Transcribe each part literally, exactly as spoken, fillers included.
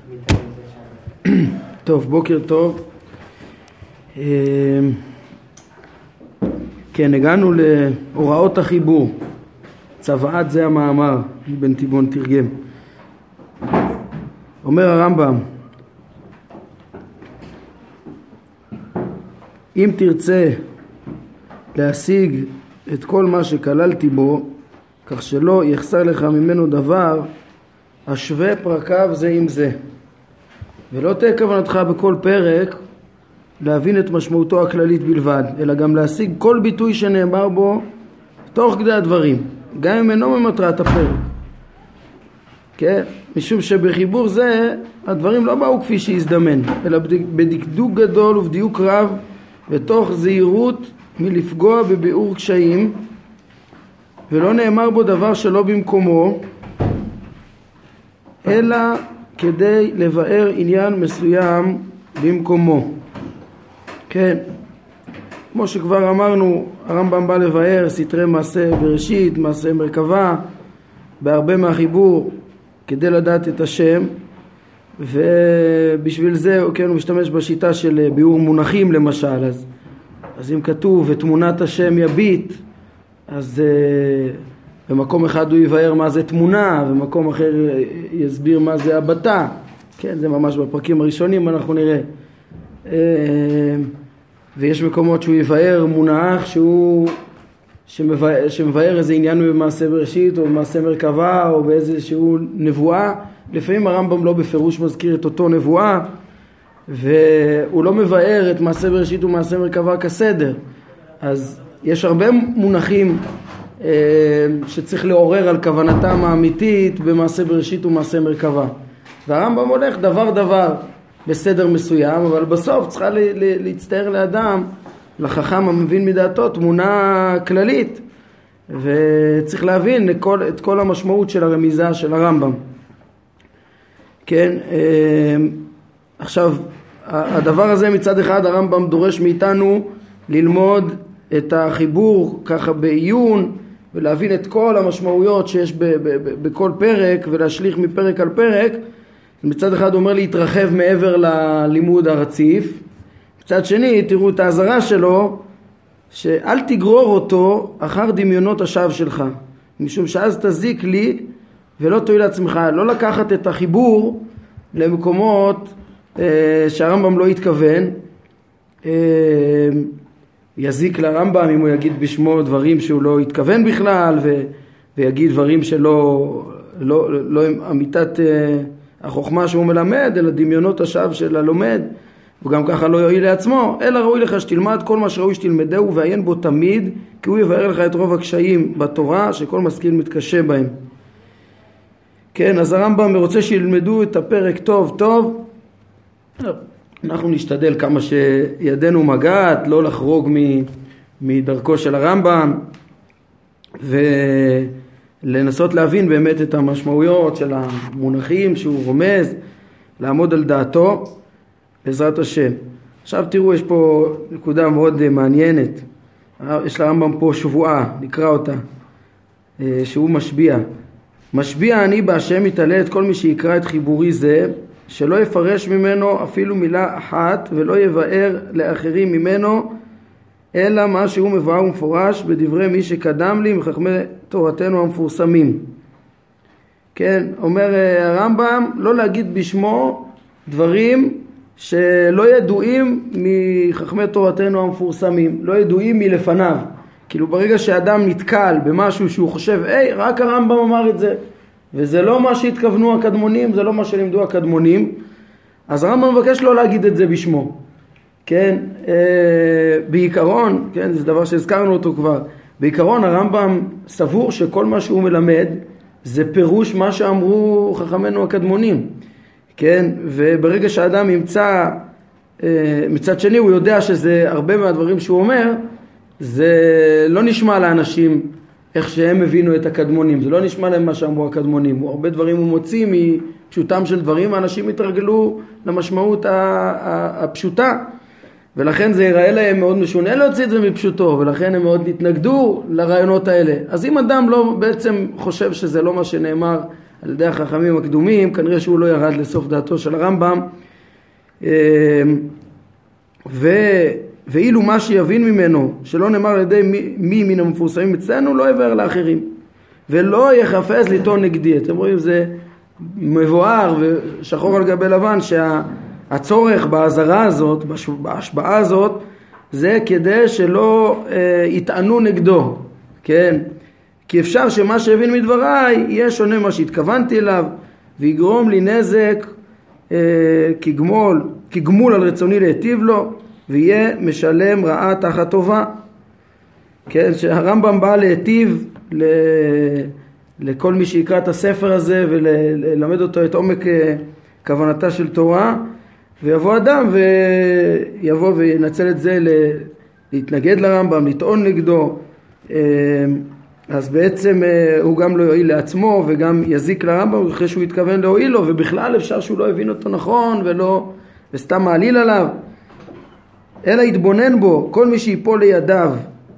טוב, בוקר טוב. כן, הגענו להוראות החיבור. צוואת זה המאמר, בן תיבון תרגם. אומר הרמב"ם, אם תרצה להשיג את כל מה שכללתי בו, כך שלא יחסר לך ממנו דבר, השווה פרקיו זה עם זה. ולא תהיה כוונתך בכל פרק להבין את משמעותו הכללית בלבד, אלא גם להשיג כל ביטוי שנאמר בו תוך כדי הדברים, גם אם אינו ממטרת הפרק. כן? משום שבחיבור זה הדברים לא באו כפי שהזדמן, אלא בדקדוק גדול ובדיוק רב, ותוך זהירות מלפגוע בביאור קשיים, ולא נאמר בו דבר שלא במקומו, אלא כדי לבאר עניין מסוים במקומו. כן, כמו שכבר אמרנו, הרמב"ם בא לבאר סתרי מעשה בראשית, מעשה מרכבה, בהרבה מהחיבור, כדי לדעת את השם, ובשביל זה כן, הוא משתמש בשיטה של ביאור מונחים למשל. אז, אז אם כתוב ותמונת השם יביט, אז uh, במקום אחד הוא יבאר מה זה תמונה, ומקום אחר יסביר מה זה הבטה. כן, זה ממש בפרקים הראשונים אנחנו נראה. Uh, ויש מקומות שהוא יבאר מונח שהוא שמבאר, שמבאר איזה עניין במעשה בראשית או במעשה מרכבה או באיזשהו נבואה. לפעמים הרמב"ם לא בפירוש מזכיר את אותו נבואה, והוא לא מבאר את מעשה בראשית ומעשה מרכבה כסדר. אז יש הרבה מונחים אה, שצריך לעורר על כוונתם האמיתית במעשה בראשית ומעשה מרכבה. והרמב"ם הולך דבר דבר בסדר מסוים, אבל בסוף צריכה ל- ל- להצטער לאדם, לחכם המבין מדעתו, תמונה כללית, וצריך להבין לכל, את כל המשמעות של הרמיזה של הרמב"ם. כן, אה, עכשיו הדבר הזה מצד אחד הרמב"ם דורש מאיתנו ללמוד את החיבור ככה בעיון ולהבין את כל המשמעויות שיש ב- ב- ב- בכל פרק ולהשליך מפרק על פרק. מצד אחד הוא אומר להתרחב מעבר ללימוד הרציף, מצד שני תראו את ההזרה שלו שאל תגרור אותו אחר דמיונות השווא שלך, משום שאז תזיק לי ולא תועיל לעצמך. לא לקחת את החיבור למקומות אה, שהרמב"ם לא התכוון, אה, יזיק לרמב"ם אם הוא יגיד בשמו דברים שהוא לא התכוון בכלל, ו, ויגיד דברים שלא לא, לא הם אמיתת אה, החוכמה שהוא מלמד, אלא דמיונות השווא של הלומד, וגם ככה לא יועיל לעצמו. אלא ראוי לך שתלמד כל מה שראוי שתלמדהו ועיין בו תמיד, כי הוא יבאר לך את רוב הקשיים בתורה שכל משכיל מתקשה בהם. כן, אז הרמב"ם רוצה שילמדו את הפרק טוב טוב. אנחנו נשתדל כמה שידנו מגעת, לא לחרוג מדרכו של הרמב"ם, ולנסות להבין באמת את המשמעויות של המונחים שהוא רומז, לעמוד על דעתו בעזרת השם. עכשיו תראו, יש פה נקודה מאוד מעניינת. יש לרמב"ם פה שבועה, נקרא אותה, שהוא משביע. משביע אני בהשם יתעלה את כל מי שיקרא את חיבורי זה, שלא יפרש ממנו אפילו מילה אחת, ולא יבאר לאחרים ממנו, אלא מה שהוא מבואר ומפורש בדברי מי שקדם לי מחכמי תורתנו המפורסמים. כן, אומר הרמב"ם, לא להגיד בשמו דברים שלא ידועים מחכמי תורתנו המפורסמים, לא ידועים מלפניו. כאילו ברגע שאדם נתקל במשהו שהוא חושב, היי, רק הרמב"ם אמר את זה, וזה לא מה שהתכוונו הקדמונים, זה לא מה שלימדו הקדמונים, אז הרמב"ם מבקש לא להגיד את זה בשמו. כן, אה, בעיקרון, כן, זה דבר שהזכרנו אותו כבר, בעיקרון הרמב"ם סבור שכל מה שהוא מלמד זה פירוש מה שאמרו חכמינו הקדמונים. כן, וברגע שהאדם ימצא, אה, מצד שני הוא יודע שזה הרבה מהדברים שהוא אומר, זה לא נשמע לאנשים איך שהם הבינו את הקדמונים, זה לא נשמע להם מה שאמרו הקדמונים. הרבה דברים הוא מוציא מפשוטם של דברים, האנשים התרגלו למשמעות הפשוטה, ולכן זה ייראה להם מאוד משונה להוציא את זה מפשוטו, ולכן הם מאוד התנגדו לרעיונות האלה. אז אם אדם לא בעצם חושב שזה לא מה שנאמר על ידי החכמים הקדומים, כנראה שהוא לא ירד לסוף דעתו של הרמב"ם. ו... ואילו מה שיבין ממנו, שלא נאמר על ידי מי, מי מן המפורסמים אצלנו, לא יבאר לאחרים. ולא יחפש לטעון נגדי. אתם רואים, זה מבואר ושחור על גבי לבן, שהצורך בהזרה הזאת, בהשבעה הזאת, זה כדי שלא אה, יטענו נגדו. כן? כי אפשר שמה שהבין מדבריי יהיה שונה מה שהתכוונתי אליו, ויגרום לי נזק אה, כגמול, כגמול על רצוני להיטיב לו, ויהיה משלם רעה תחת טובה. כן, שהרמב"ם בא להיטיב ל... לכל מי שיקרא את הספר הזה וללמד אותו את עומק כוונתה של תורה, ויבוא אדם ויבוא וינצל את זה להתנגד לרמב"ם, לטעון נגדו, אז בעצם הוא גם לא יועיל לעצמו וגם יזיק לרמב"ם אחרי שהוא התכוון להועיל לו, ובכלל אפשר שהוא לא הבין אותו נכון ולא, וסתם מעליל עליו, אלא יתבונן בו כל מי שיפול לידיו,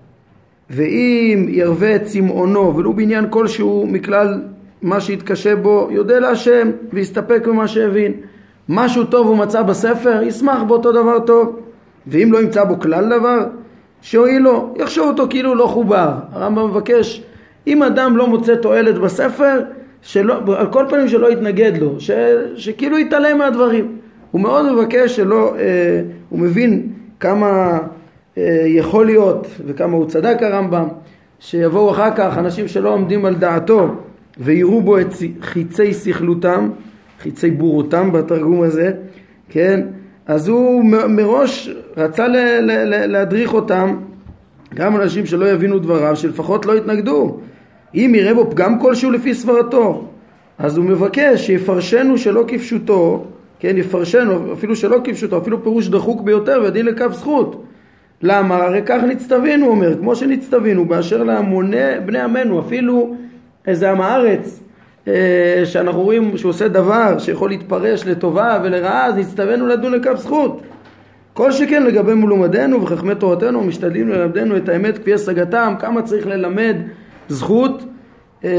ואם ירווה את צמאונו ולו בעניין כלשהו מכלל מה שיתקשה בו, יודע להשם ויסתפק במה שהבין. משהו טוב הוא מצא בספר, ישמח באותו דבר טוב, ואם לא ימצא בו כלל דבר, שיועיל לו, יחשוב אותו כאילו לא חובר. הרמב"ם מבקש, אם אדם לא מוצא תועלת בספר, שלא, על כל פנים שלא יתנגד לו, ש, שכאילו יתעלם מהדברים. הוא מאוד מבקש שלא, אה, הוא מבין כמה אה, יכול להיות וכמה הוא צדק הרמב"ם, שיבואו אחר כך אנשים שלא עומדים על דעתו ויראו בו את חיצי שכלותם, חיצי בורותם בתרגום הזה, כן? אז הוא מראש רצה ל- ל- ל- להדריך אותם, גם אנשים שלא יבינו דבריו, שלפחות לא יתנגדו. אם יראה בו פגם כלשהו לפי סברתו, אז הוא מבקש שיפרשנו שלא כפשוטו, כן, יפרשנו אפילו שלא כפשוטו, אפילו פירוש דחוק ביותר ודין לקו זכות. למה? הרי כך נצטווינו, הוא אומר, כמו שנצטווינו באשר להמוני בני עמנו, אפילו איזה עם הארץ אה, שאנחנו רואים שהוא עושה דבר שיכול להתפרש לטובה ולרעה, אז נצטווינו לדון לקו זכות. כל שכן לגבי מלומדנו וחכמי תורתנו, משתדלים ללמדנו את האמת כפי השגתם, כמה צריך ללמד זכות אה,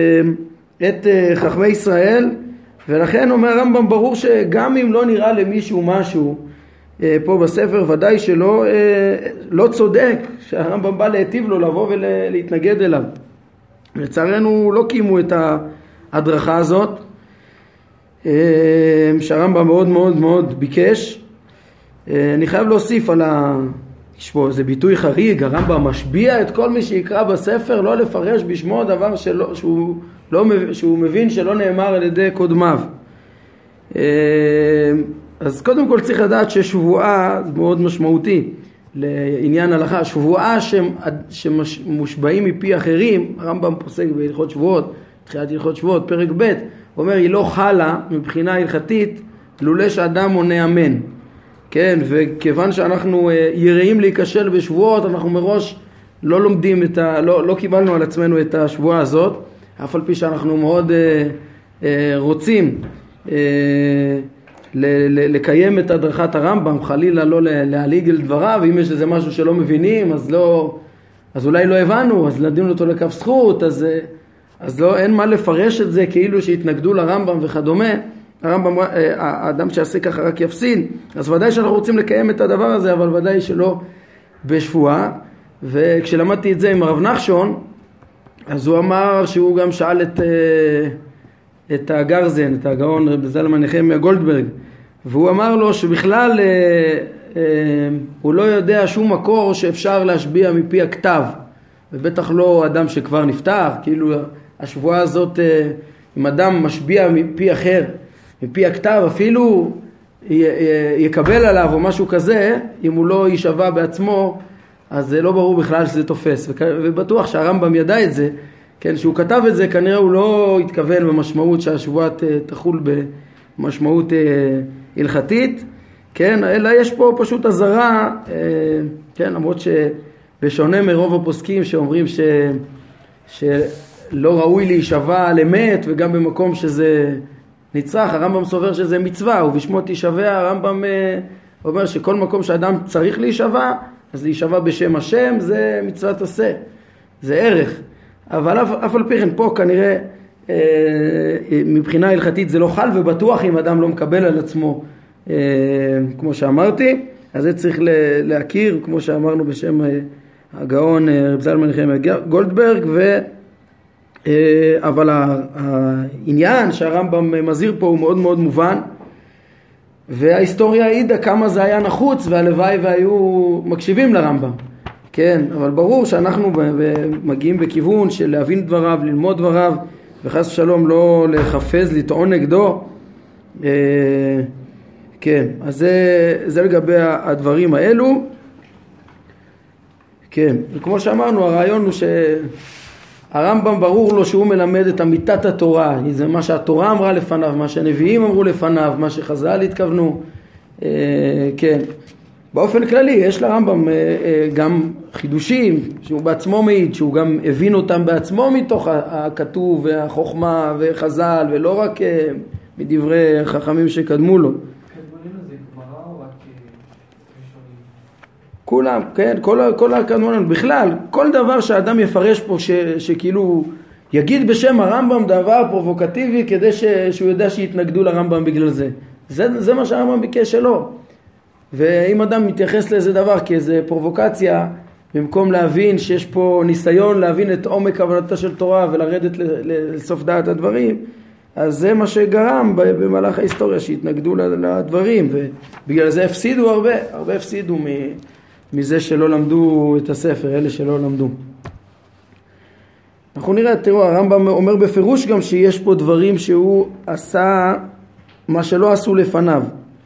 את אה, חכמי ישראל. ולכן אומר הרמב"ם, ברור שגם אם לא נראה למישהו משהו אה, פה בספר, ודאי שלא אה, לא צודק שהרמב"ם בא להיטיב לו לבוא ולהתנגד אליו. לצערנו לא קיימו את ההדרכה הזאת, אה, שהרמב"ם מאוד מאוד מאוד ביקש. אה, אני חייב להוסיף על ה... יש פה איזה ביטוי חריג, הרמב"ם משביע את כל מי שיקרא בספר לא לפרש בשמו דבר שלא, שהוא, לא, שהוא מבין שלא נאמר על ידי קודמיו. אז קודם כל צריך לדעת ששבועה זה מאוד משמעותי לעניין הלכה. שבועה שמושבעים מפי אחרים, הרמב"ם פוסק בהלכות שבועות, תחילת הלכות שבועות, פרק ב', הוא אומר היא לא חלה מבחינה הלכתית לולא שאדם עונה אמן. כן, וכיוון שאנחנו יראים להיכשל בשבועות, אנחנו מראש לא לומדים את ה... לא, לא קיבלנו על עצמנו את השבועה הזאת, אף על פי שאנחנו מאוד אה, אה, רוצים אה, ל, ל, לקיים את הדרכת הרמב"ם, חלילה לא להליג על דבריו, ואם יש איזה משהו שלא מבינים, אז לא... אז אולי לא הבנו, אז לדין אותו לכף זכות, אז, אז לא, אין מה לפרש את זה כאילו שהתנגדו לרמב"ם וכדומה. הרמב"ם, האדם שעשה ככה רק יפסיד. אז ודאי שאנחנו רוצים לקיים את הדבר הזה, אבל ודאי שלא בשבועה. וכשלמדתי את זה עם הרב נחשון, אז הוא אמר שהוא גם שאל את, את הגרזן, את הגאון זלמן נחמיה גולדברג, והוא אמר לו שבכלל הוא לא יודע שום מקור שאפשר להשביע מפי הכתב, ובטח לא אדם שכבר נפטר. כאילו השבועה הזאת, אם אדם משביע מפי אחר, מפי הכתב, אפילו יקבל עליו או משהו כזה, אם הוא לא יישבע בעצמו, אז זה לא ברור בכלל שזה תופס. ובטוח שהרמב"ם ידע את זה, כן, שהוא כתב את זה, כנראה הוא לא התכוון במשמעות שהשבועה תחול במשמעות הלכתית, כן, אלא יש פה פשוט הזרה, כן, למרות שבשונה מרוב הפוסקים שאומרים ש, שלא ראוי להישבע על אמת, וגם במקום שזה נצרך, הרמב"ם סובר שזה מצווה, ובשמו תישבע. הרמב"ם אומר שכל מקום שאדם צריך להישבע, אז להישבע בשם השם זה מצוות עשה, זה ערך. אבל אף, אף על פי כן פה כנראה מבחינה הלכתית זה לא חל, ובטוח אם אדם לא מקבל על עצמו, כמו שאמרתי, אז זה צריך להכיר, כמו שאמרנו בשם הגאון רב זלמן נחמיה גולדברג, ו... אבל העניין שהרמב"ם מזהיר פה הוא מאוד מאוד מובן, וההיסטוריה העידה כמה זה היה נחוץ, והלוואי והיו מקשיבים לרמב"ם, כן, אבל ברור שאנחנו מגיעים בכיוון של להבין דבריו, ללמוד דבריו, וחס ושלום לא לחפז, לטעון נגדו. כן, אז זה, זה לגבי הדברים האלו. כן, וכמו שאמרנו, הרעיון הוא שהרמב"ם ברור לו שהוא מלמד את אמיתת התורה, זה מה שהתורה אמרה לפניו, מה שהנביאים אמרו לפניו, מה שחז"ל התכוונו. כן, באופן כללי יש לרמב"ם גם חידושים שהוא בעצמו מעיד, שהוא גם הבין אותם בעצמו מתוך הכתוב והחוכמה וחז"ל, ולא רק מדברי חכמים שקדמו לו. כולם, כן, כל, כל הקדמונים, בכלל, כל דבר שהאדם יפרש פה ש, שכאילו יגיד בשם הרמב"ם דבר פרובוקטיבי כדי ש, שהוא יודע שיתנגדו לרמב"ם בגלל זה. זה, זה מה שהרמב"ם ביקש שלו. ואם אדם מתייחס לאיזה דבר כאיזה פרובוקציה, במקום להבין שיש פה ניסיון להבין את עומק כוונתה של תורה ולרדת לסוף דעת הדברים, אז זה מה שגרם במהלך ההיסטוריה שהתנגדו לדברים, ובגלל זה הפסידו הרבה, הרבה הפסידו מזה שלא למדו את הספר, אלה שלא למדו. אנחנו נראה, תראו, הרמב"ם אומר בפירוש גם שיש פה דברים שהוא עשה מה שלא עשו לפניו.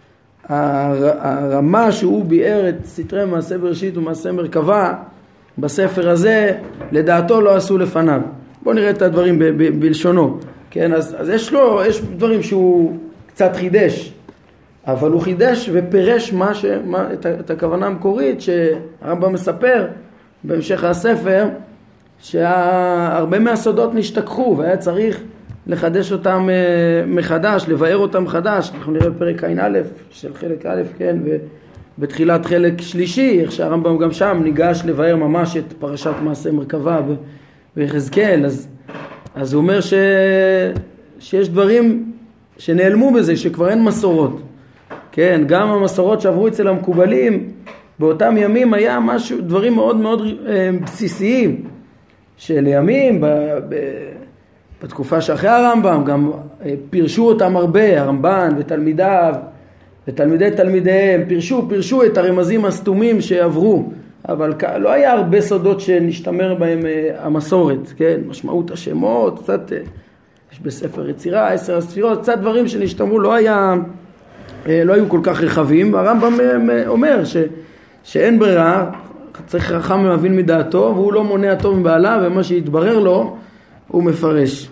הרמה שהוא ביאר את סתרי מעשה בראשית ומעשה מרכבה בספר הזה, לדעתו לא עשו לפניו. בואו נראה את הדברים ב- ב- בלשונו. כן, אז, אז יש לו, יש דברים שהוא קצת חידש, אבל הוא חידש ופירש מה ש, מה, את, את הכוונה המקורית שהרמב"ם מספר בהמשך הספר, שהרבה מהסודות נשתכחו והיה צריך לחדש אותם מחדש, לבאר אותם מחדש. אנחנו נראה בפרק עין א' של חלק א', כן, ובתחילת חלק שלישי, איך שהרמב"ם גם שם ניגש לבאר ממש את פרשת מעשה מרכבה ויחזקאל. אז, אז הוא אומר ש, שיש דברים שנעלמו בזה, שכבר אין מסורות. כן, גם המסורות שעברו אצל המקובלים, באותם ימים היה משהו, דברים מאוד מאוד בסיסיים, שלימים, ב, ב, בתקופה שאחרי הרמב"ם, גם פירשו אותם הרבה, הרמב"ן ותלמידיו, ותלמידי תלמידיהם, פירשו, פירשו את הרמזים הסתומים שעברו, אבל לא היה הרבה סודות שנשתמר בהם המסורת, כן, משמעות השמות, קצת, יש בספר יצירה, עשר הספירות, קצת דברים שנשתמרו, לא היה, לא היו כל כך רחבים. הרמב"ם אומר ש, שאין ברירה, צריך חכם להבין מדעתו, והוא לא מונע טוב מבעלה, ומה שיתברר לו, הוא מפרש.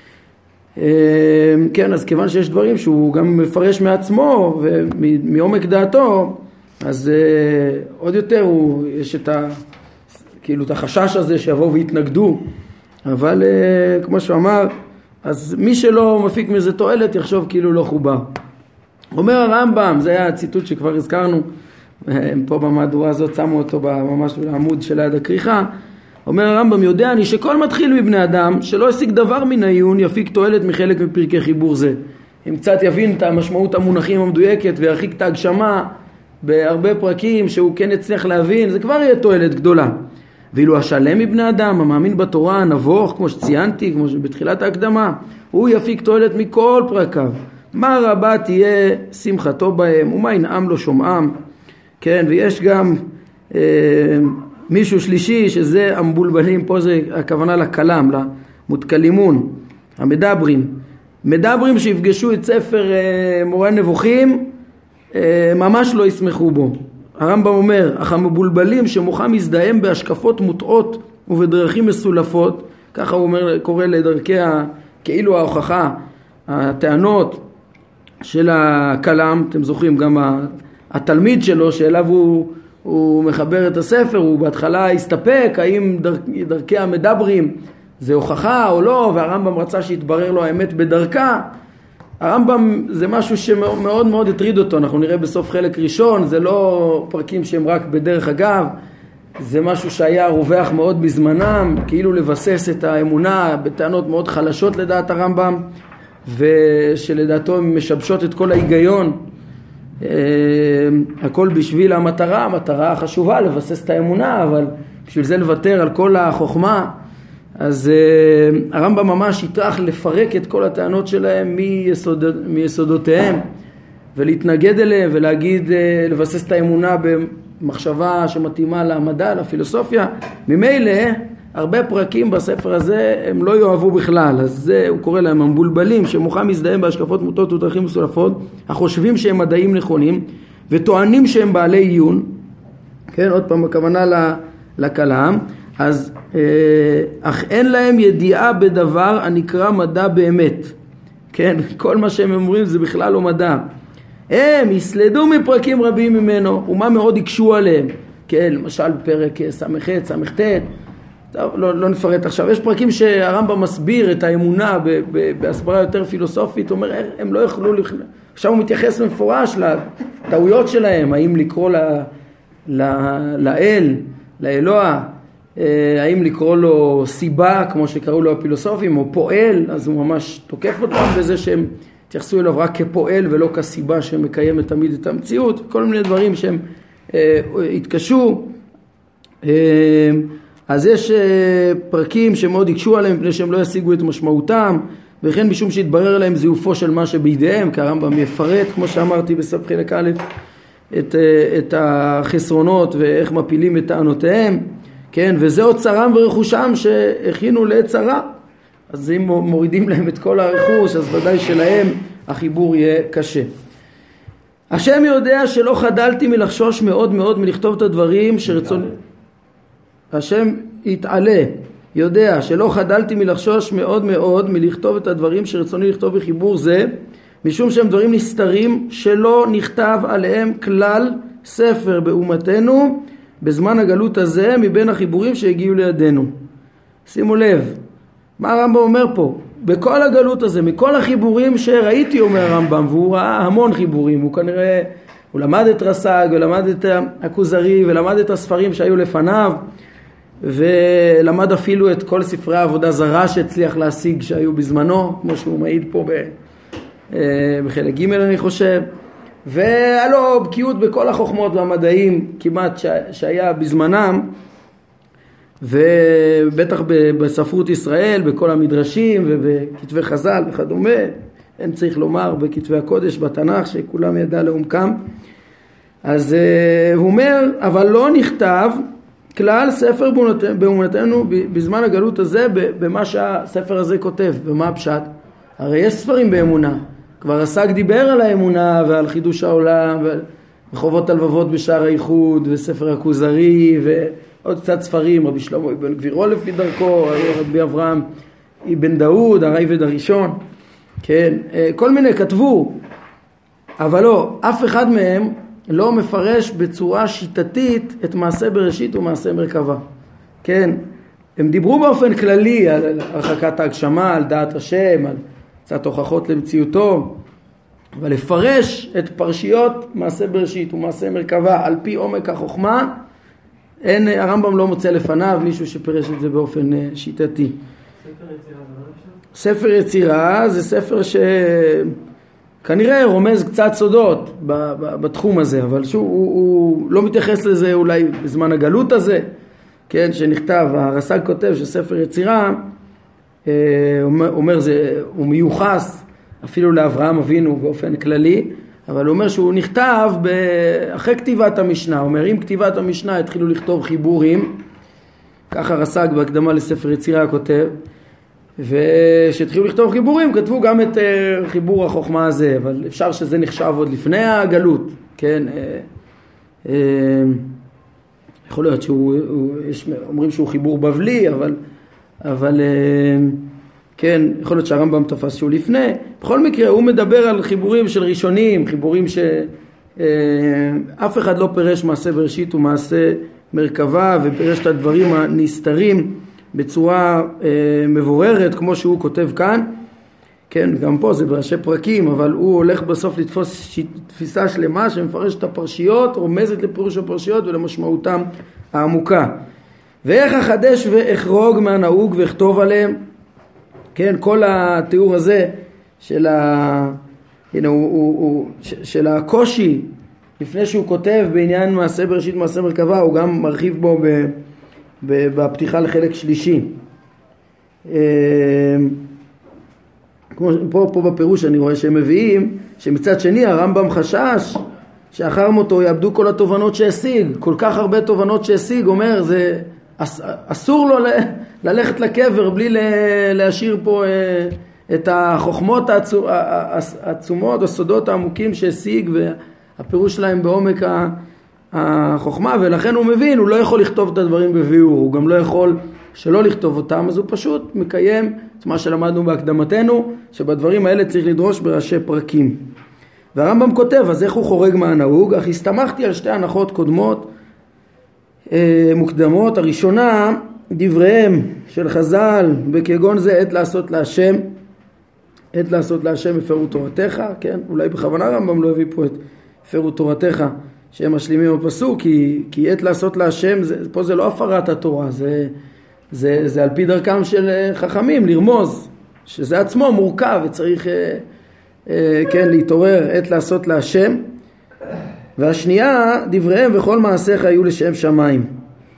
כן, אז כיוון שיש דברים שהוא גם מפרש מעצמו, ומעומק דעתו, אז עוד יותר הוא, יש את ה, כאילו את החשש הזה שיבואו והתנגדו, אבל כמו שהוא אמר, אז מי שלא מפיק מזה תועלת יחשוב כאילו לא חובר. אומר הרמב"ם, זה היה הציטוט שכבר הזכרנו, פה במהדורה הזאת שמו אותו ממש בעמוד של יד הכריכה. אומר הרמב"ם, יודע אני שכל מתחיל מבני אדם שלא השיג דבר מן העיון יפיק תועלת מחלק מפרקי חיבור זה. אם קצת יבין את המשמעות המונחים המדויקת וירחיק את ההגשמה בהרבה פרקים שהוא כן יצליח להבין, זה כבר יהיה תועלת גדולה. ואילו השלם מבני אדם המאמין בתורה הנבוך, כמו שציינתי, כמו שבתחילת ההקדמה, הוא יפיק תועלת מכל פרקיו. מה רבה תהיה שמחתו בהם ומה ינעם לו שומעם. כן, ויש גם אה, מישהו שלישי שזה המבולבלים, פה זה הכוונה לקלם, למותקלימון, המדברים. מדברים שיפגשו את ספר אה, מורה נבוכים, אה, ממש לא ישמחו בו. הרמב"ם אומר, אך המבולבלים שמוחם מזדהם בהשקפות מוטעות ובדרכים מסולפות, ככה הוא אומר, קורא לדרכי כאילו ההוכחה, הטענות של הכלם. אתם זוכרים גם התלמיד שלו שאליו הוא, הוא מחבר את הספר, הוא בהתחלה הסתפק האם דרכ, דרכי המדברים זה הוכחה או לא, והרמב"ם רצה שיתברר לו האמת בדרכה. הרמב"ם זה משהו שמאוד מאוד הטריד אותו, אנחנו נראה בסוף חלק ראשון, זה לא פרקים שהם רק בדרך אגב, זה משהו שהיה רווח מאוד בזמנם, כאילו לבסס את האמונה בטענות מאוד חלשות לדעת הרמב"ם, ושלדעתו הם משבשות את כל ההיגיון. הכל בשביל המטרה, המטרה החשובה לבסס את האמונה, אבל בשביל זה לוותר על כל החוכמה. אז הרמב"ם ממש יטרח לפרק את כל הטענות שלהם מיסוד, מיסודותיהם ולהתנגד אליהם ולהגיד, לבסס את האמונה במחשבה שמתאימה למדע, לפילוסופיה. ממילא הרבה פרקים בספר הזה הם לא יאהבו בכלל, אז זה הוא קורא להם המבולבלים, שמוכם מזדהם בהשקפות מוטות ודרכים מסולפות, החושבים שהם מדעים נכונים וטוענים שהם בעלי עיון. כן, עוד פעם הכוונה לכלם. אז אך אין להם ידיעה בדבר הנקרא מדע באמת. כן, כל מה שהם אומרים זה בכלל לא מדע. הם יסלדו מפרקים רבים ממנו, ומה מאוד יקשו עליהם. כן, למשל פרק סמ"ח, סמ"ט, טוב, לא, לא נפרט עכשיו. יש פרקים שהרמב"ם מסביר את האמונה ב, ב, בהסברה יותר פילוסופית, הוא אומר, הם לא יכלו, עכשיו הוא מתייחס במפורש לטעויות שלהם, האם לקרוא ל, ל, לאל, לאלוה, האם לקרוא לו סיבה, כמו שקראו לו הפילוסופים, או פועל, אז הוא ממש תוקף אותם בזה שהם התייחסו אליו רק כפועל ולא כסיבה שמקיימת תמיד את המציאות, כל מיני דברים שהם אה, התקשו. אה, אז יש אה, פרקים שמאוד יקשו עליהם מפני שהם לא ישיגו את משמעותם, וכן משום שהתברר להם זיופו של מה שבידיהם, כי הרמב"ם יפרט, כמו שאמרתי בסוף חלק א', את, אה, את החסרונות ואיך מפילים את טענותיהם. כן, וזה אוצרם ורכושם שהכינו לעת צרה. אז אם מורידים להם את כל הרכוש, אז ודאי שלהם החיבור יהיה קשה. השם יודע שלא חדלתי מלחשוש מאוד מאוד מלכתוב את הדברים שרצון... השם יתעלה, יודע שלא חדלתי מלחשוש מאוד מאוד מלכתוב את הדברים שרצוני לכתוב בחיבור זה, משום שהם דברים נסתרים שלא נכתב עליהם כלל ספר באומתנו, בזמן הגלות הזה מבין החיבורים שהגיעו לידינו. שימו לב, מה הרמב"ם אומר פה? בכל הגלות הזה, מכל החיבורים שראיתי, אומר הרמב"ם, והוא ראה המון חיבורים, הוא כנראה, הוא למד את רס"ג, ולמד את הכוזרי, ולמד את הספרים שהיו לפניו, ולמד אפילו את כל ספרי העבודה זרה שהצליח להשיג שהיו בזמנו, כמו שהוא מעיד פה בחלק ג' אני חושב, והיה לו בקיאות בכל החוכמות והמדעים כמעט שהיה בזמנם, ובטח בספרות ישראל, בכל המדרשים ובכתבי חז"ל וכדומה, אין צריך לומר בכתבי הקודש בתנ"ך שכולם ידע לעומקם. אז הוא אומר, אבל לא נכתב כלל ספר באומתנו בזמן הגלות הזה במה שהספר הזה כותב, במה הפשט? הרי יש ספרים באמונה, כבר רס"ג דיבר על האמונה ועל חידוש העולם וחובות הלבבות בשער הייחוד וספר הכוזרי ועוד קצת ספרים, רבי שלמה אבן גבירו לפי דרכו, רבי אברהם אבן דאוד, הרייבד הראשון, כן, כל מיני כתבו, אבל לא, אף אחד מהם לא מפרש בצורה שיטתית את מעשה בראשית ומעשה מרכבה. כן, הם דיברו באופן כללי על הרחקת ההגשמה, על דעת השם, על קצת הוכחות למציאותו, אבל לפרש את פרשיות מעשה בראשית ומעשה מרכבה על פי עומק החוכמה, אין, הרמב"ם לא מוצא לפניו מישהו שפרש את זה באופן שיטתי. ספר יצירה זה לא אפשר? ספר יצירה זה ספר שכנראה רומז קצת סודות בתחום הזה, אבל שהוא הוא, הוא לא מתייחס לזה אולי בזמן הגלות הזה, כן, שנכתב, הרס"ג כותב שספר יצירה, אומר זה, הוא מיוחס אפילו לאברהם אבינו באופן כללי, אבל הוא אומר שהוא נכתב אחרי כתיבת המשנה. הוא אומר, עם כתיבת המשנה התחילו לכתוב חיבורים, ככה רס"ג בהקדמה לספר יצירה כותב, ושהתחילו לכתוב חיבורים כתבו גם את חיבור החוכמה הזה, אבל אפשר שזה נחשב עוד לפני הגלות, כן, יכול להיות שהוא, יש, אומרים שהוא חיבור בבלי, אבל אבל כן, יכול להיות שהרמב"ם תפס שהוא לפני. בכל מקרה הוא מדבר על חיבורים של ראשונים, חיבורים שאף אחד לא פירש מעשה בראשית ומעשה מרכבה, ופירש את הדברים הנסתרים בצורה מבוררת כמו שהוא כותב כאן. כן, גם פה זה בראשי פרקים, אבל הוא הולך בסוף לתפוס תפיסה שלמה שמפרש את הפרשיות, רומזת לפירוש הפרשיות ולמשמעותם העמוקה. ואיך אחדש ואחרוג מהנהוג ואכתוב עליהם, כן, כל התיאור הזה של, ה... הנה, הוא, הוא, הוא, של הקושי לפני שהוא כותב בעניין מעשה בראשית מעשה מרכבה, הוא גם מרחיב בו ב... ב... בפתיחה לחלק שלישי. כמו פה, פה בפירוש אני רואה שהם מביאים שמצד שני הרמב"ם חשש שאחר מותו יאבדו כל התובנות שהשיג, כל כך הרבה תובנות שהשיג, אומר זה אסור לו ללכת לקבר בלי להשאיר פה את החוכמות העצומות, הסודות העמוקים שהשיג והפירוש שלהם בעומק החוכמה, ולכן הוא מבין, הוא לא יכול לכתוב את הדברים בביאור, הוא גם לא יכול שלא לכתוב אותם, אז הוא פשוט מקיים את מה שלמדנו בהקדמתנו, שבדברים האלה צריך לדרוש בראשי פרקים. והרמב"ם כותב, אז איך הוא חורג מהנהוג? אך הסתמכתי על שתי הנחות קודמות אה, מוקדמות. הראשונה, דבריהם של חז"ל, בכגון זה עת לעשות להשם, עת לעשות להשם הפרו תורתך, כן? אולי בכוונה הרמב"ם לא הביא פה את הפרו תורתך, שהם משלימים בפסוק, כי, כי עת לעשות להשם, זה, פה זה לא הפרת התורה, זה, זה, זה על פי דרכם של חכמים, לרמוז, שזה עצמו מורכב וצריך אה, אה, כן, להתעורר, עת לעשות להשם. והשנייה, דבריהם וכל מעשיך היו לשם שמיים.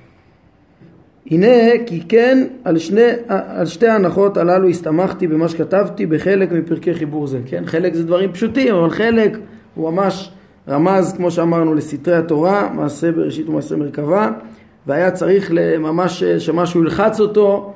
הנה כי כן על, שני, על שתי ההנחות הללו הסתמכתי במה שכתבתי בחלק מפרקי חיבור זה. כן? חלק זה דברים פשוטים, אבל חלק הוא ממש רמז, כמו שאמרנו, לסתרי התורה, מעשה בראשית ומעשה מרכבה, והיה צריך ממש שמשהו ילחץ אותו,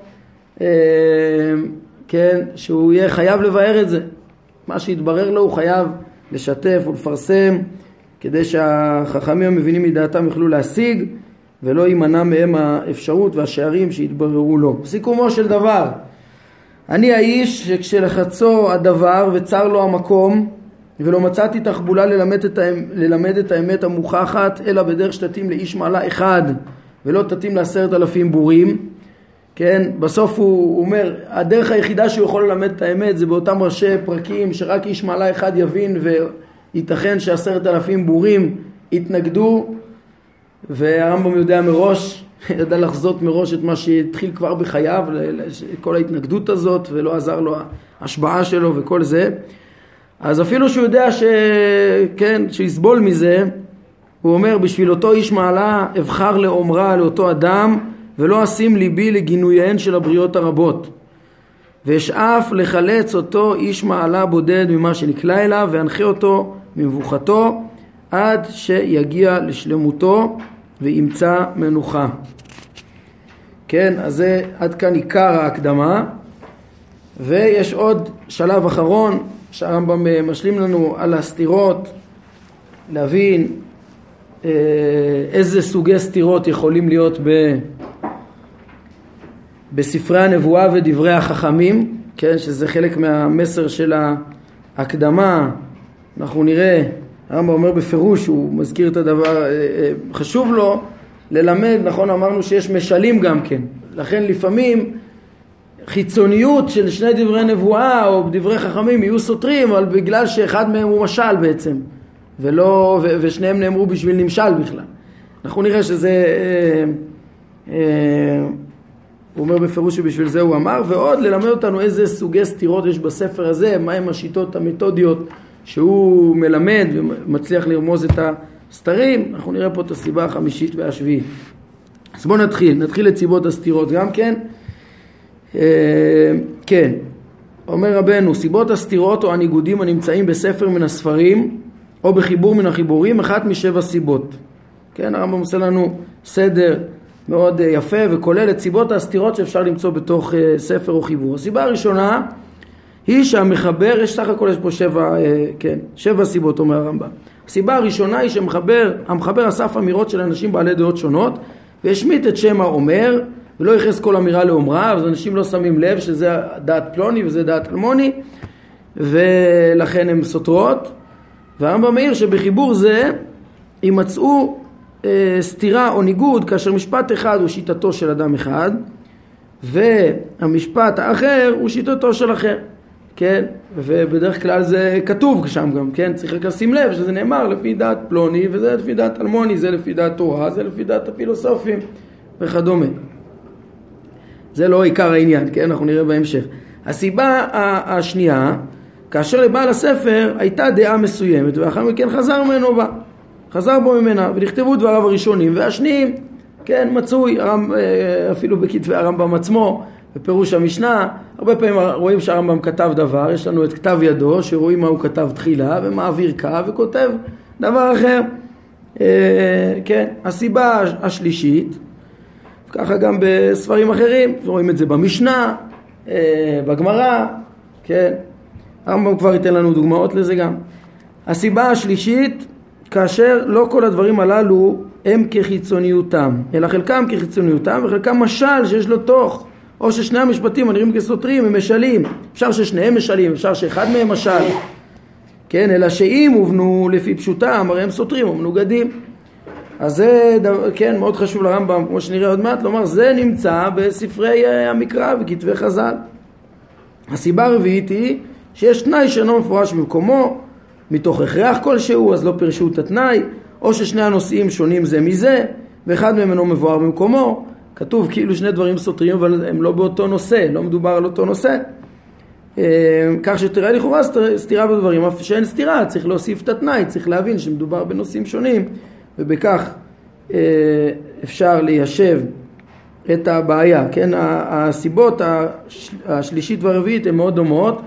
כן, שהוא יהיה חייב לבאר את זה. מה שהתברר לו הוא חייב לשתף ולפרסם, כדי שהחכמים המבינים מדעתם יוכלו להשיג, ולא יימנע מהם האפשרות והשערים שהתבררו לו. סיכומו של דבר, אני האיש שכשלחצו הדבר וצר לו המקום, ולא מצאתי תחבולה ללמד את, ללמד את האמת המוכחת, אלא בדרך שתתאים לאיש מעלה אחד, ולא תתאים לעשרת אלפים בורים. כן, בסוף הוא, הוא אומר, הדרך היחידה שהוא יכול ללמד את האמת, זה באותם ראשי פרקים, שרק איש מעלה אחד יבין, וייתכן שעשרת אלפים בורים יתנגדו, והרמב"ם יודע מראש, ידע לחזות מראש את מה שהתחיל כבר בחייו, כל ההתנגדות הזאת, ולא עזר לו ההשבעה שלו וכל זה. אז אפילו שהוא יודע ש... כן, שיסבול מזה, הוא אומר, בשביל אותו איש מעלה אבחר לאומרה לאותו אדם, ולא אשים ליבי לגינוייהן של הבריות הרבות. ואשאף לחלץ אותו איש מעלה בודד ממה שנקלע אליו, ואנחה אותו ממבוכתו, עד שיגיע לשלמותו וימצא מנוחה. כן, אז זה עד כאן עיקר ההקדמה. ויש עוד שלב אחרון, שהרמב"ם משלים לנו על הסתירות, להבין איזה סוגי סתירות יכולים להיות ב... בספרי הנבואה ודברי החכמים, כן, שזה חלק מהמסר של ההקדמה. אנחנו נראה, הרמב"ם אומר בפירוש, הוא מזכיר את הדבר, חשוב לו ללמד, נכון, אמרנו שיש משלים גם כן, לכן לפעמים חיצוניות של שני דברי נבואה או דברי חכמים יהיו סותרים, אבל בגלל שאחד מהם הוא משל בעצם, ולא, ו, ושניהם נאמרו בשביל נמשל בכלל. אנחנו נראה שזה, אה, אה, הוא אומר בפירוש שבשביל זה הוא אמר, ועוד ללמד אותנו איזה סוגי סתירות יש בספר הזה, מהם השיטות המתודיות שהוא מלמד ומצליח לרמוז את הסתרים. אנחנו נראה פה את הסיבה החמישית והשביעית. אז בואו נתחיל, נתחיל את סיבות הסתירות גם כן. כן, אומר רבנו, סיבות הסתירות או הניגודים הנמצאים בספר מן הספרים או בחיבור מן החיבורים, אחת משבע סיבות. כן, הרמב"ם עושה לנו סדר מאוד יפה וכולל את סיבות הסתירות שאפשר למצוא בתוך ספר או חיבור. הסיבה הראשונה היא שהמחבר, יש סך הכל יש פה שבע, כן, שבע סיבות, אומר הרמב"ם. הסיבה הראשונה היא שהמחבר, המחבר אסף אמירות של אנשים בעלי דעות שונות והשמיט את שם האומר, ולא יכנס כל אמירה לאומרה, אז אנשים לא שמים לב שזה דעת פלוני וזה דעת אלמוני, ולכן הן סותרות. והרמב"ם מעיר שבחיבור זה יימצאו אה, סתירה או ניגוד, כאשר משפט אחד הוא שיטתו של אדם אחד, והמשפט האחר הוא שיטתו של אחר. כן, ובדרך כלל זה כתוב שם גם, כן, צריך רק לשים לב שזה נאמר לפי דעת פלוני, וזה לפי דעת אלמוני, זה לפי דעת תורה, זה לפי דעת הפילוסופים וכדומה. זה לא עיקר העניין, כן, אנחנו נראה בהמשך. הסיבה השנייה, כאשר לבעל הספר הייתה דעה מסוימת, ואחר מכן חזר ממנו בה, חזר בו ממנה, ונכתבו דבריו הראשונים והשניים, כן, מצוי, אפילו בכתבי הרמב"ם עצמו, בפירוש המשנה, הרבה פעמים רואים שהרמב"ם כתב דבר, יש לנו את כתב ידו, שרואים מה הוא כתב תחילה, ומעביר קו, וכותב דבר אחר. כן, הסיבה השלישית, ככה גם בספרים אחרים, רואים את זה במשנה, בגמרא, כן, הרמב"ם כבר ייתן לנו דוגמאות לזה גם. הסיבה השלישית, כאשר לא כל הדברים הללו הם כחיצוניותם, אלא חלקם כחיצוניותם וחלקם משל שיש לו תוך, או ששני המשפטים הנראים כסותרים הם משלים, אפשר ששניהם משלים, אפשר שאחד מהם משל, כן, אלא שאם הובנו לפי פשוטם, הרי הם סותרים או מנוגדים. אז זה, כן, מאוד חשוב לרמב"ם, כמו שנראה עוד מעט, לומר, זה נמצא בספרי המקרא וכתבי חז"ל. הסיבה הרביעית היא שיש תנאי שאינו מפורש במקומו, מתוך הכרח כלשהו, אז לא פרשו את התנאי, או ששני הנושאים שונים זה מזה, ואחד מהם אינו מבואר במקומו, כתוב כאילו שני דברים סותרים, אבל הם לא באותו נושא, לא מדובר על אותו נושא. כך שתראה לכאורה סתירה בדברים, אף שאין סתירה, צריך להוסיף את התנאי, צריך להבין שמדובר בנושאים שונים, ובכך אפשר ליישב את הבעיה. כן, הסיבות השלישית והרביעית הן מאוד דומות,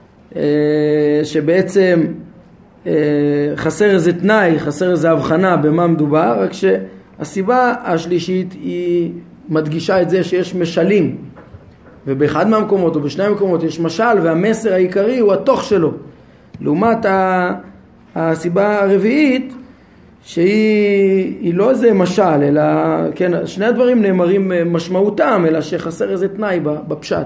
שבעצם חסר איזה תנאי, חסר איזה הבחנה במה מדובר, רק שהסיבה השלישית היא מדגישה את זה שיש משלים, ובאחד מהמקומות או בשני המקומות יש משל, והמסר העיקרי הוא התוך שלו, לעומת הסיבה הרביעית שהיא לא איזה משל, אלא כן, שני הדברים נאמרים משמעותם, אלא שחסר איזה תנאי בפשט.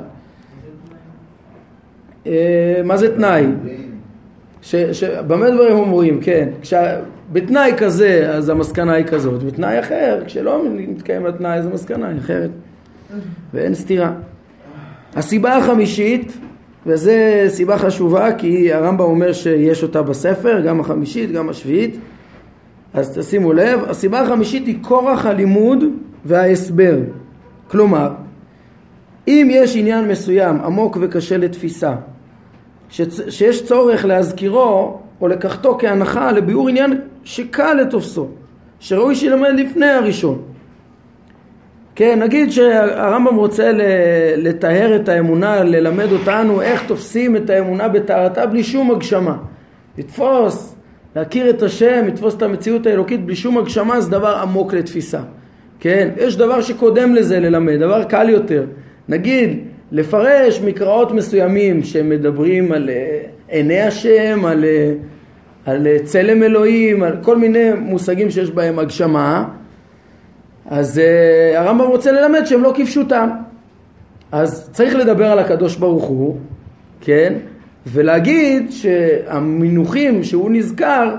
מה זה תנאי? ש, ש, במה דברים אומרים, כן, כשה, בתנאי כזה אז המסקנה היא כזאת, בתנאי אחר, כשלא מתקיים התנאי אז המסקנה היא אחרת, ואין סתירה. הסיבה החמישית, וזה סיבה חשובה כי הרמב"ם אומר שיש אותה בספר, גם החמישית, גם השביעית, אז תשימו לב, הסיבה החמישית היא כורח הלימוד וההסבר. כלומר, אם יש עניין מסוים עמוק וקשה לתפיסה, שיש צורך להזכירו או לקחתו כהנחה לביאור עניין שקל לתופסו, שראוי שילמד לפני הראשון. כן, נגיד שהרמב"ם רוצה לטהר את האמונה, ללמד אותנו איך תופסים את האמונה בטהרתה בלי שום הגשמה. לתפוס, להכיר את השם, לתפוס את המציאות האלוקית בלי שום הגשמה, זה דבר עמוק לתפיסה. כן, יש דבר שקודם לזה ללמד, דבר קל יותר. נגיד, לפרש מקראות מסוימים שמדברים על עיני השם, על, על צלם אלוהים, על כל מיני מושגים שיש בהם הגשמה, אז uh, הרמב"ם רוצה ללמד שהם לא כפשוטם. אז צריך לדבר על הקדוש ברוך הוא, כן? ולהגיד שהמינוחים שהוא נזכר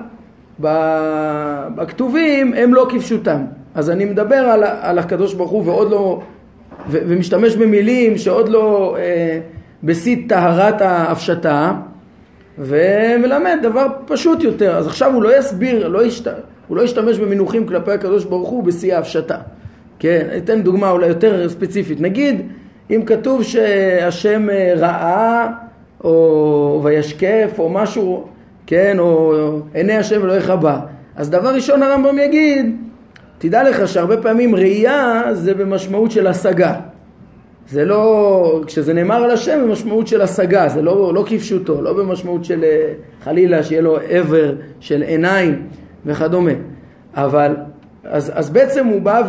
בכתובים הם לא כפשוטם. אז אני מדבר על, על הקדוש ברוך הוא ועוד לא, ו, ומשתמש במילים שעוד לא אה, בסית טהרת ההפשטה, ומלמד דבר פשוט יותר. אז עכשיו הוא לא יסביר, לא ישת... הוא לא ישתמש במינוחים כלפי הקדוש ברוך הוא בשיא ההפשטה. כן, אתן דוגמה אולי יותר ספציפית. נגיד, אם כתוב שהשם ראה, או וישקף, או משהו, כן, או עיני השם אלוהיך בא. אז דבר ראשון הרמב"ם יגיד, תדע לך שהרבה פעמים ראייה זה במשמעות של השגה. זה לא, כשזה נאמר על השם במשמעות של השגה, זה לא, לא כפשוטו, לא במשמעות של חלילה שיהיה לו עבר של עיניים וכדומה. אבל, אז, אז בעצם הוא בא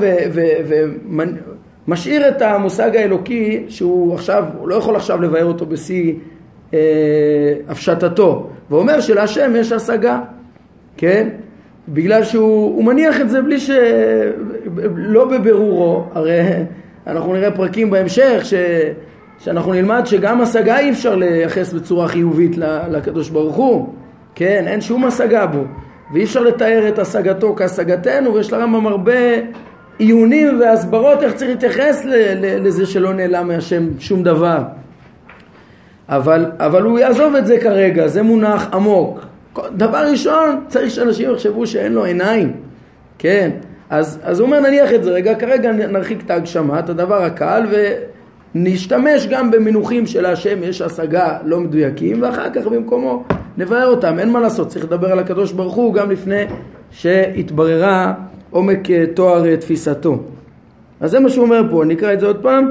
ומשאיר את המושג האלוקי שהוא עכשיו, הוא לא יכול עכשיו לבאר אותו בשיא אה, הפשטתו, ואומר שלהשם יש השגה, כן? בגלל שהוא מניח את זה בלי ש... לא בבירורו, הרי אנחנו נראה פרקים בהמשך ש... שאנחנו נלמד שגם השגה אי אפשר לייחס בצורה חיובית לקדוש ברוך הוא, כן? אין שום השגה בו, ואי אפשר לתאר את השגתו כהשגתנו, ויש לרמב"ם הרבה עיונים והסברות איך צריך להתייחס לזה שלא נעלם מהשם שום דבר. אבל, אבל הוא יעזוב את זה כרגע, זה מונח עמוק. דבר ראשון, צריך שאנשים יחשבו שאין לו עיניים, כן? אז, אז הוא אומר נניח את זה רגע, כרגע נרחיק את ההגשמה, את הדבר הקל, ונשתמש גם במינוחים של השם, יש השגה לא מדויקים, ואחר כך במקומו נבהר אותם, אין מה לעשות, צריך לדבר על הקדוש ברוך הוא גם לפני שהתבררה עומק תואר תפיסתו. אז זה מה שהוא אומר פה, נקרא את זה עוד פעם.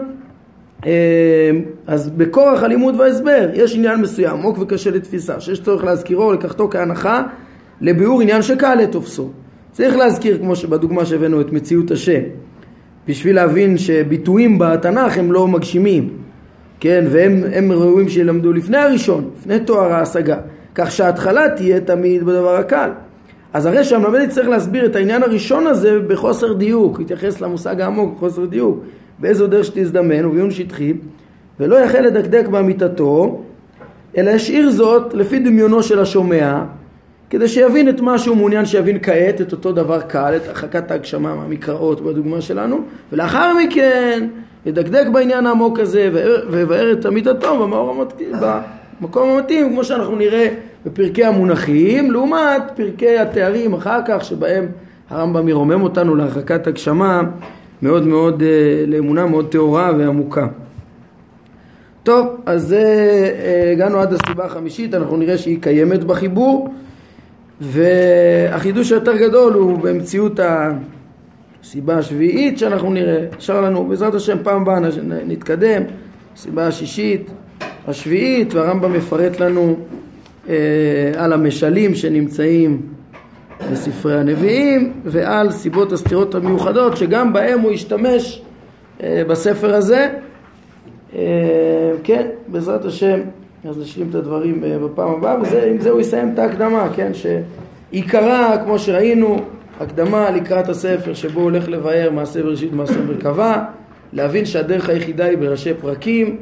אז בכורח הלימוד וההסבר יש עניין מסוים, עמוק וקשה לתפיסה, שיש צורך להזכירו ולקחתו כהנחה לביאור עניין שקל לתופסו. צריך להזכיר, כמו שבדוגמה שהבאנו, את מציאות השם, בשביל להבין שביטויים בתנ"ך הם לא מגשימים, כן, והם הם ראויים שילמדו לפני הראשון, לפני תואר ההשגה, כך שההתחלה תהיה תמיד בדבר הקל. אז הרי שהמלמד צריך להסביר את העניין הראשון הזה בחוסר דיוק, התייחס למושג העמוק בחוסר דיוק, באיזו דרך שתזדמן וביון שטחי, ולא יחל לדקדק באמיתתו, אלא ישאיר זאת לפי דמיונו של השומע, כדי שיבין את מה שהוא מעוניין שיבין כעת, את אותו דבר קל, את הרחקת ההגשמה מהמקראות בדוגמה שלנו, ולאחר מכן ידקדק בעניין העמוק הזה ויבאר את אמיתתו במקום המתאים, כמו שאנחנו נראה בפרקי המונחים, לעומת פרקי התארים אחר כך, שבהם הרמב"ם ירומם אותנו להרחקת הגשמה מאוד מאוד, לאמונה מאוד טהורה ועמוקה. טוב, אז הגענו עד הסיבה החמישית, אנחנו נראה שהיא קיימת בחיבור, והחידוש היותר גדול הוא במציאות הסיבה השביעית שאנחנו נראה. אפשר לנו בעזרת השם פעם הבאה נתקדם, סיבה השישית, השביעית, והרמב"ם מפרט לנו אה, על המשלים שנמצאים בספרי הנביאים ועל סיבות הסתירות המיוחדות שגם בהם הוא ישתמש אה, בספר הזה. אה, כן, בעזרת השם אז נשלים את הדברים בפעם הבאה, ועם זה הוא יסיים את ההקדמה, כן, שעיקרה, כמו שראינו, הקדמה לקראת הספר שבו הוא הולך לבאר מעשה בראשית מעשה מרכבה, להבין שהדרך היחידה היא בראשי פרקים,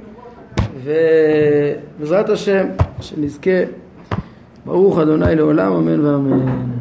ובעזרת השם שנזכה ברוך אדוני לעולם, אמן ואמן.